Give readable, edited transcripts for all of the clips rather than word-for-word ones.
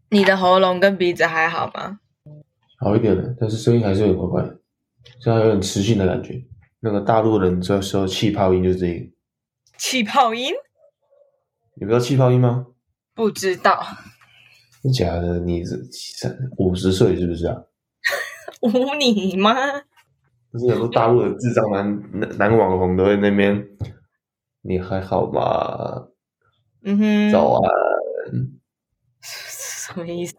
你的喉咙跟鼻子还好吗？ 好一点了，但是声音还是有点怪怪的，现在有点磁性的感觉。那个大陆人这时候气泡音就是这个， 气泡音？ 你不知道气泡音吗？ 不知道。 真假的？你是50岁是不是啊？ 污你吗？ 不是很多大陆的智障男网红都在那边，你还好吗？早安。 什么意思？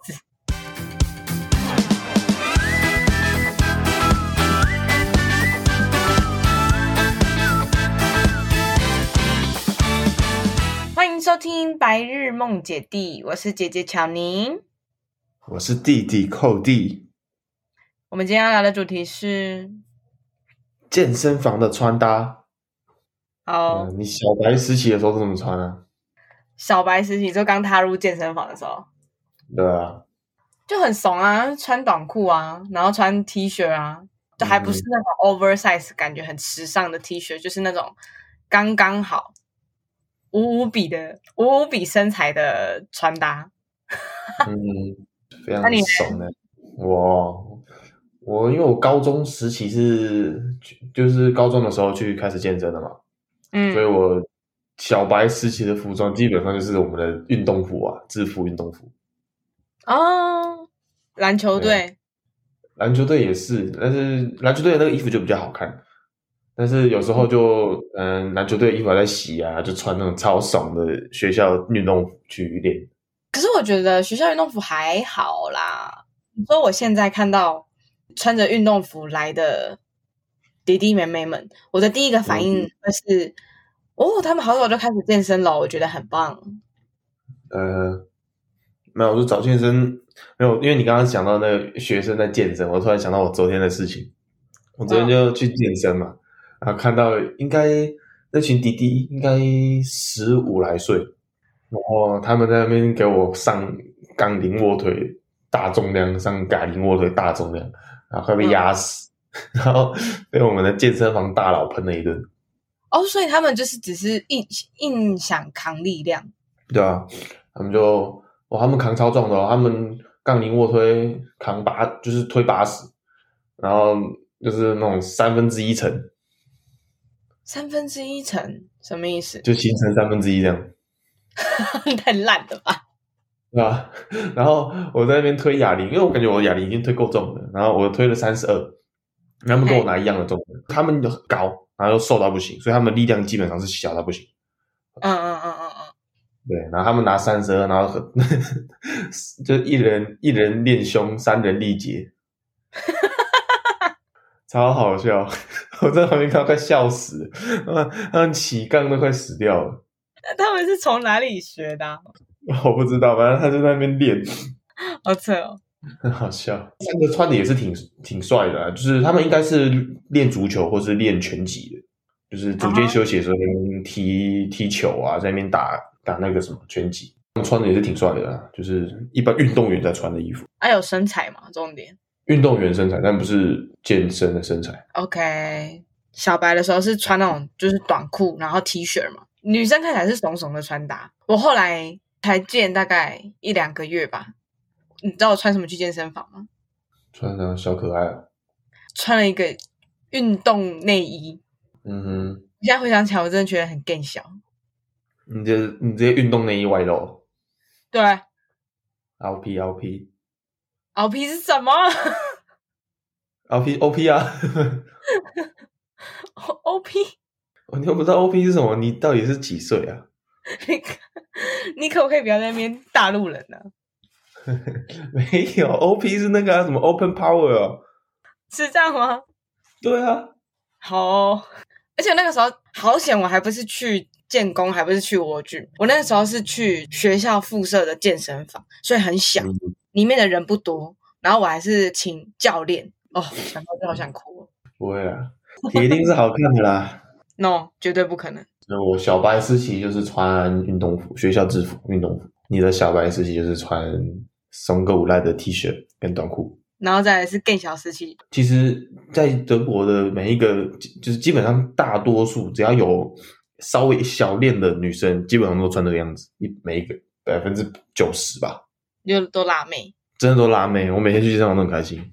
欢迎收听白日梦姐弟，我是姐姐巧宁， 我是弟弟寇弟。 我们今天要聊的主题是健身房的穿搭。 好， 你小白时期的时候是怎么穿啊？ 小白时期就刚踏入健身房的时候， 对啊， 就很怂啊，穿短裤啊，然后穿 T 恤啊，就还不是那种 oversize 感觉很时尚的 T 恤，就是那种刚刚好五五比身材的穿搭。 非常怂的。我因为我高中时期就是高中的时候去开始健身的嘛，所以我小白时期的服装基本上就是我们的运动服啊，制服运动服。 哦，篮球队， 篮球队也是，但是篮球队的那个衣服就比较好看。但是有时候就篮球队的衣服还在洗啊，就穿那种超爽的学校运动服去练。 可是我觉得学校运动服还好啦。你说我现在看到穿着运动服来的弟弟妹妹们，我的第一个反应会是，他们好早就开始健身了，我觉得很棒。 没有，我就找健身没有，因为你刚刚讲到那个学生在健身，我突然想到我昨天的事情。我昨天就去健身嘛，然后看到应该那群弟弟应该15来岁，然后他们在那边给我上杠铃卧推大重量，上哑铃卧推大重量，然后快被压死，然后被我们的健身房大佬喷了一顿。 哦，所以他们就是只是硬想扛力量。 对啊，他们扛超重的哦，他们杠铃卧推扛就是推80，然后就是那种1/3层。 1/3层什么意思？ 就形成1/3这样。 太烂了吧？ 对吧？然后我在那边推哑铃，因为我感觉我哑铃已经推够重了，然后我推了32，他们跟我拿一样的重量，他们很高，然后又瘦到不行，所以他们力量基本上是小到不行。对，然后他们拿32，然后就一人练胸，3人力竭，超好笑！我在旁边看到快笑死了，他们起杠都快死掉了。 他们是从哪里学的啊？ 我不知道，反正他就在那边练， 好扯哦， 很好笑。3个穿的也是挺帅的啊，就是他们应该是练足球或是练拳击的，就是组间休息的时候在那边踢球啊，在那边打那个什么拳击。他们穿的也是挺帅的啊，就是一般运动员在穿的衣服。 有身材嘛？重点， 运动员身材，但不是健身的身材。 OK， 小白的时候是穿那种就是短裤，然后 T 恤嘛。女生看起来是怂怂的穿搭。我后来才健大概1-2个月吧。你知道我穿什么去健身房吗？ 穿的小可爱啊， 穿了一个运动内衣。现在回想起来，我真的觉得很更小。 你直接运动内衣外露。 对。 LP 是什么 ？OP 啊。 OP 你又不知道 OP 是什么？你到底是几岁啊？ 你可不可以不要在那边大陆人呢？ 没有 ，OP 是那个什么 Open Power 哦。 是这样吗？ 对啊。 好而且那个时候好险，我还不是去建工，还不是去我剧，我那个时候是去学校附设的健身房，所以很小，里面的人不多，然后我还是请教练。想到就好想哭。 不会啊，铁定是好看的啦。 No， 绝对不可能。 我小白时期就是穿运动服，学校制服运动服。你的小白时期就是穿松个无赖的 T 恤跟短裤。 然后再来是更小时期。 其实在德国的每一个就是基本上大多数只要有稍微小练的女生基本上都穿这个样子，每一个90%吧。 就都辣妹， 真的都辣妹，我每天去健身房都很开心，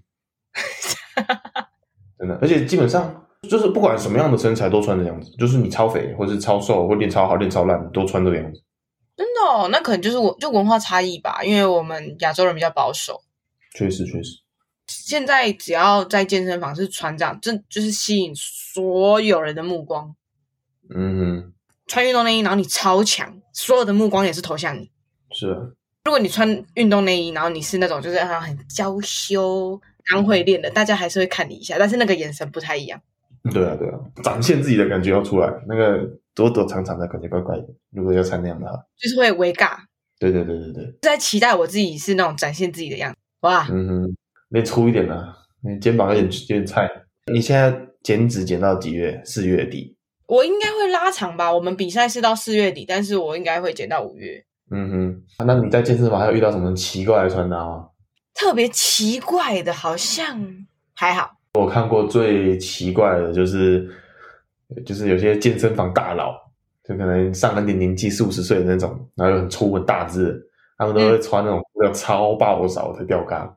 真的，而且基本上就是不管什么样的身材都穿这样子，就是你超肥或是超瘦或练超好练超烂都穿这个样子。 真的哦，那可能就是就文化差异吧，因为我们亚洲人比较保守。 确实， 现在只要在健身房是穿这样，这就是吸引所有人的目光。穿运动内衣，然后你超强，所有的目光也是投向你。 是啊。 如果你穿运动内衣，然后你是那种就是很娇羞、刚会练的，大家还是会看你一下，但是那个眼神不太一样。 对啊，展现自己的感觉要出来，那个躲躲藏藏的感觉怪怪的。如果要穿那样的话， 就是会微尬。 对， 在期待我自己是那种展现自己的样子。哇， 练粗一点啊，你肩膀有点菜。你现在减脂减到几月？4月底。 我应该会拉长吧，我们比赛是到4月底，但是我应该会减到5月。 那你在健身房还有遇到什么奇怪的穿搭吗？ 特别奇怪的好像还好。 我看过最奇怪的就是有些健身房大佬，就可能上了点年纪，40-50岁的那种，然后又很粗很大只的，他们都会穿那种超爆少的吊嘎。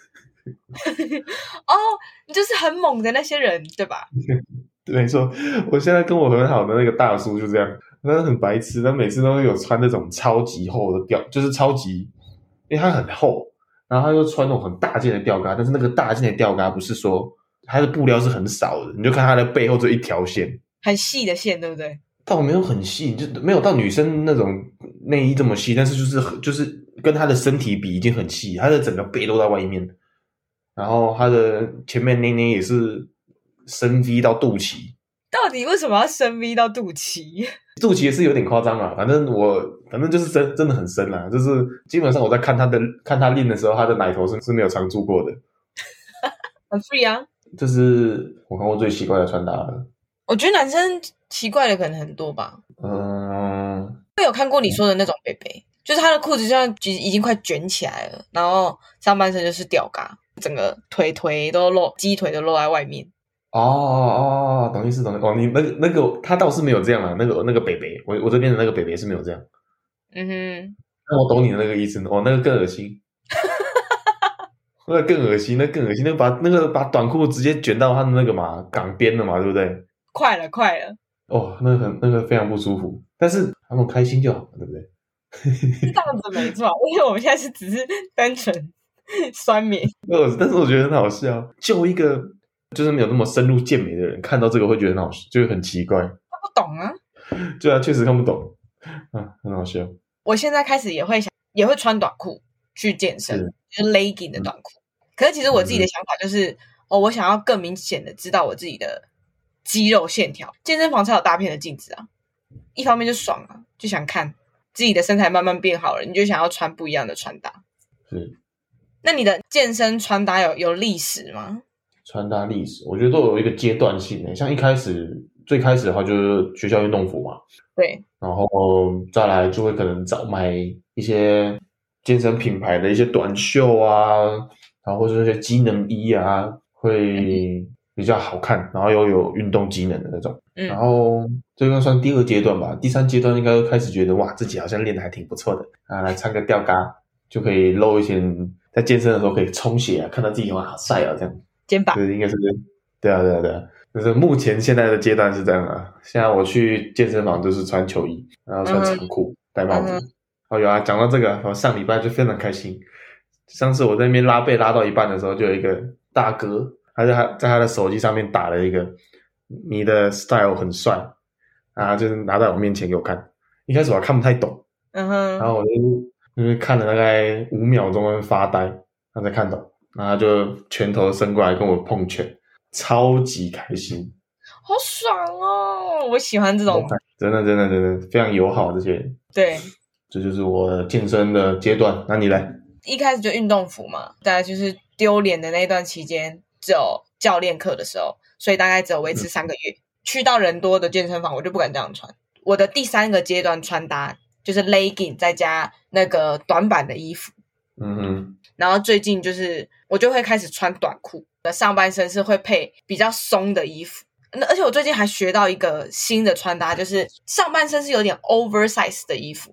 哦，就是很猛的那些人，对吧？ 没错，我现在跟我很好的那个大叔就这样，他很白痴，他每次都有穿那种超级厚的吊，就是超级，因为它很厚，然后他又穿那种很大件的吊嘎，但是那个大件的吊嘎不是说它的布料是很少的，你就看它的背后这一条线， 很细的线，对不对？ 倒没有很细，就没有到女生那种内衣这么细，但是就是跟她的身体比已经很细，她的整个背都在外面，然后她的前面内内也是深 V 到肚脐。 到底为什么要深 V 到肚脐？ 肚脐也是有点夸张啊，反正就是真的很深啦，就是基本上我在看他练的时候，他的奶头是没有常驻过的， 很 free 啊。 这是我看过最奇怪的穿搭了。 我觉得男生奇怪的可能很多吧。我有看过你说的那种北北，就是他的裤子像已经快卷起来了，然后上半身就是吊嘎，整个腿都露，鸡腿都露在外面。 懂意思哦，你那个他倒是没有这样啊，那个北北，我这边的那个北北是没有这样。那我懂你的那个意思哦，那个更恶心。那更恶心，那个把短裤直接卷到他的那个嘛港边了嘛，对不对？ 快了。 哦，那个非常不舒服，但是他们开心就好，对不对？ 这样子没错，因为我们现在只是单纯酸民。 但是我觉得很好笑，就一个就是没有那么深入健美的人看到这个会觉得很好笑，就很奇怪。 他不懂啊。 对啊，确实看不懂很好笑。 我现在开始也会穿短裤去健身，就是 legging 的短裤。可是其实我自己的想法就是，我想要更明显的知道我自己的肌肉线条，健身房才有大片的镜子啊。一方面就爽啊，就想看自己的身材慢慢变好了，你就想要穿不一样的穿搭。 是。 那你的健身穿搭有历史吗？ 穿搭历史，我觉得都有一个阶段性的，像最开始的话就是学校运动服嘛， 对， 然后再来就会可能找买一些健身品牌的一些短袖啊，然后或者那些机能衣啊，会比较好看，然后又有运动机能的那种。然后这个算第2阶段吧，第3阶段应该开始觉得哇，自己好像练得还挺不错的啊，来穿个吊嘎就可以露一些，在健身的时候可以充血啊，看到自己哇好帅啊这样。 肩膀。 对，应该是对啊，就是目前现在的阶段是这样啊。现在我去健身房就是穿球衣，然后穿长裤，戴帽子。哦，有啊，讲到这个，我上礼拜就非常开心。上次我在那边拉背拉到一半的时候，就有一个大哥，他在他的手机上面打了一个“你的 style 很帅”，啊，就是拿在我面前给我看。一开始我还看不太懂，然后我就是看了大概5秒钟发呆，他才看懂，然后他就拳头伸过来跟我碰拳，超级开心， 好爽哦！我喜欢这种， 真的非常友好这些人。 对， 这就是我健身的阶段。那你来？ 一开始就运动服嘛，大概就是丢脸的那段期间，只有教练课的时候，所以大概只有维持3个月。去到人多的健身房，我就不敢这样穿。我的第3个阶段穿搭就是 legging 再加那个短版的衣服。然后最近就是我就会开始穿短裤，上半身是会配比较松的衣服。而且我最近还学到一个新的穿搭，就是上半身是有点 oversize 的衣服，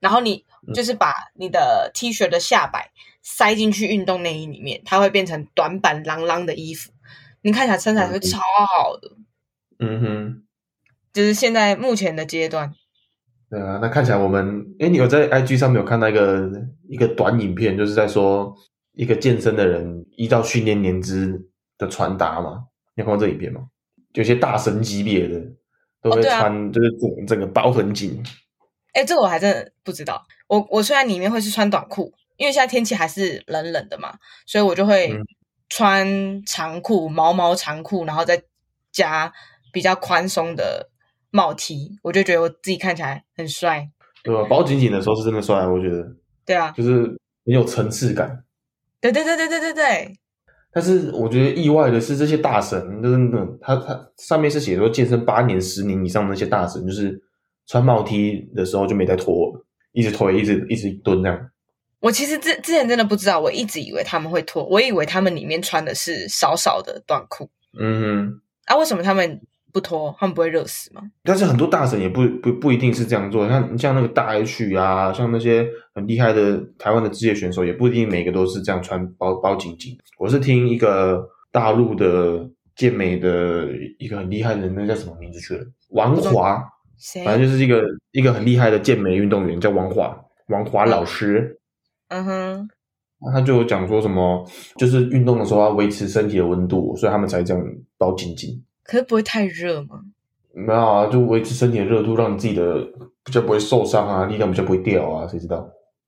然后你就是把你的 T 恤的下摆塞进去运动内衣里面，它会变成短版朗朗的衣服，你看起来身材会超好的。 嗯哼， 就是现在目前的阶段。 对啊，那看起来我们，你有在 IG 上面有看到一个短影片，就是在说一个健身的人依照训练年资的传达嘛？你有看过这影片吗？有些大神级别的都会穿，就是整个包很紧。 这个我还真的不知道。我虽然里面会是穿短裤，因为现在天气还是冷冷的嘛，所以我就会穿长裤、毛长裤，然后再加比较宽松的帽 T， 我就觉得我自己看起来很帅。 对吧？包紧紧的时候是真的帅，我觉得。 对啊， 就是很有层次感。 对。 但是我觉得意外的是，这些大神就是他上面是写说健身8年、10年以上的那些大神，就是穿帽 T 的时候就没再脱了，一直推，一直蹲这样。 我其实之前真的不知道，我一直以为他们会脱，我以为他们里面穿的是少少的短裤。为什么他们不脱？他们不会热死吗？ 但是很多大神也不一定是这样做，像那个大 H 啊，像那些很厉害的台湾的职业选手，也不一定每个都是这样穿包紧紧。我是听一个大陆的健美的一个很厉害的人，那叫什么名字去了？王华，反正就是一个很厉害的健美运动员，叫王华老师。他就有讲说什么，就是运动的时候要维持身体的温度，所以他们才这样包紧紧。 可是不会太热吗？ 没有啊，就维持身体的热度，让你自己的比较不会受伤啊，力量比较不会掉啊，谁知道？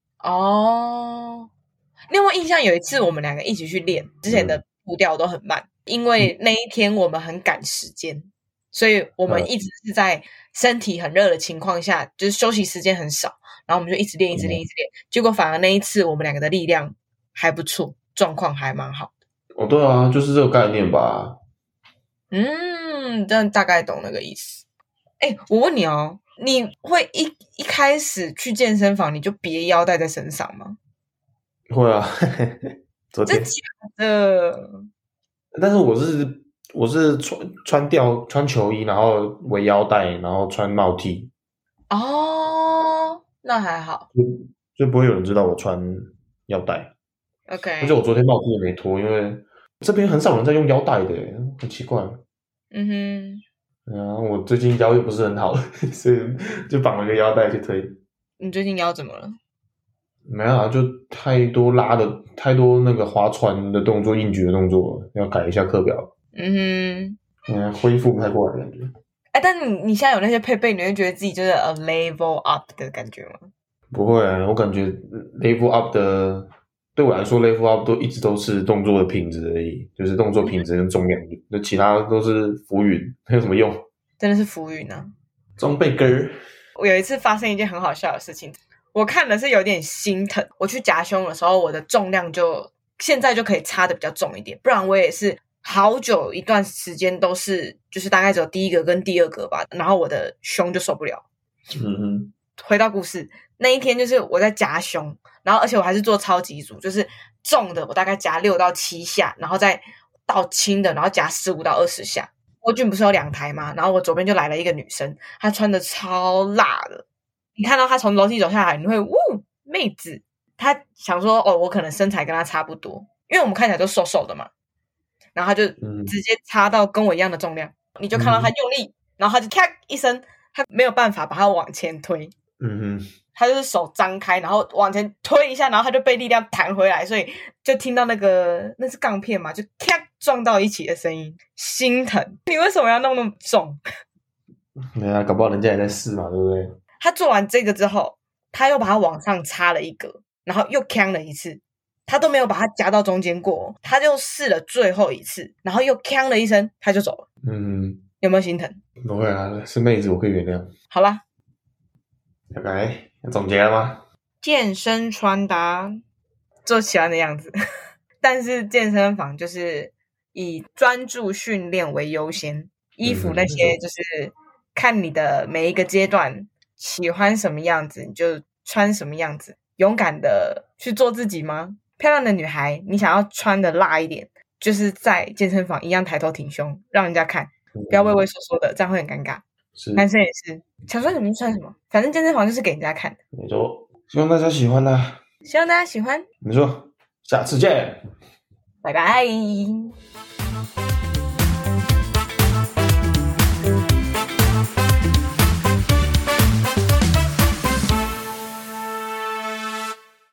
另外印象有一次我们两个一起去练，之前的步调都很慢，因为那一天我们很赶时间，所以我们一直是在身体很热的情况下，就是休息时间很少，然后我们就一直练，结果反而那一次我们两个的力量还不错，状况还蛮好的。 对啊，就是这个概念吧。 真的大概懂那个意思。我问你哦，你会一开始去健身房你就别腰带在身上吗？ 会啊，昨天。 真假的？ 但是我是穿球衣，然后围腰带，然后穿帽 T。 那还好， 就不会有人知道我穿腰带。 OK。 而且我昨天帽 T 也没脱，因为这边很少人在用腰带的，很奇怪。我最近腰又不是很好，所以就绑了个腰带去推。 你最近腰怎么了？ 没有啊，就太多那个划船的动作、硬举的动作，要改一下课表。恢复不太过来感觉。 但你现在有那些配备，你会觉得自己就是 a level up 的感觉吗？ 不会啊，我感觉 level up 的，对我来说 level up 一直都是动作的品质而已，就是动作品质跟重量，那其他都是浮云，没有什么用。 真的是浮云啊！ 装备根儿。 我有一次发生一件很好笑的事情，我看的是有点心疼。我去夹胸的时候，我的重量现在就可以插的比较重一点，不然我也是好久一段时间都是就是大概只有第一个跟第二个吧，然后我的胸就受不了。回到故事，那一天就是我在夹胸，然后而且我还是做超级组，就是重的我大概夹6到7下，然后再到轻的，然后夹15到20下。郭俊不是有2台吗？然后我左边就来了一个女生，她穿的超辣的，你看到她从楼梯走下来，你会妹子。她想说我可能身材跟她差不多，因为我们看起来都瘦瘦的嘛，然后她就直接插到跟我一样的重量，你就看到她用力，然后她就咔一声，她没有办法把她往前推。他就是手张开，然后往前推一下，然后他就被力量弹回来，所以就听到那是钢片嘛，就咔撞到一起的声音，心疼。你为什么要弄那么重？ 没啊，搞不好人家也在试嘛，对不对？ 他做完这个之后，他又把它往上插了一格，然后又锵了一次，他都没有把它夹到中间过，他就试了最后一次，然后又锵了一声，他就走了。有没有心疼？ 不会啊，是妹子，我可以原谅。 好啦。 OK，总结了吗？ 健身穿搭做喜欢的样子，但是健身房就是以专注训练为优先，衣服那些就是看你的每一个阶段喜欢什么样子你就穿什么样子，勇敢的去做自己吗？漂亮的女孩，你想要穿的辣一点，就是在健身房一样抬头挺胸，让人家看，不要畏畏缩缩的，这样会很尴尬。男生也是想穿什么就穿什么，反正健身房就是给人家看的。 没错。 希望大家喜欢啦。 希望大家喜欢， 没错，下次见， 拜拜。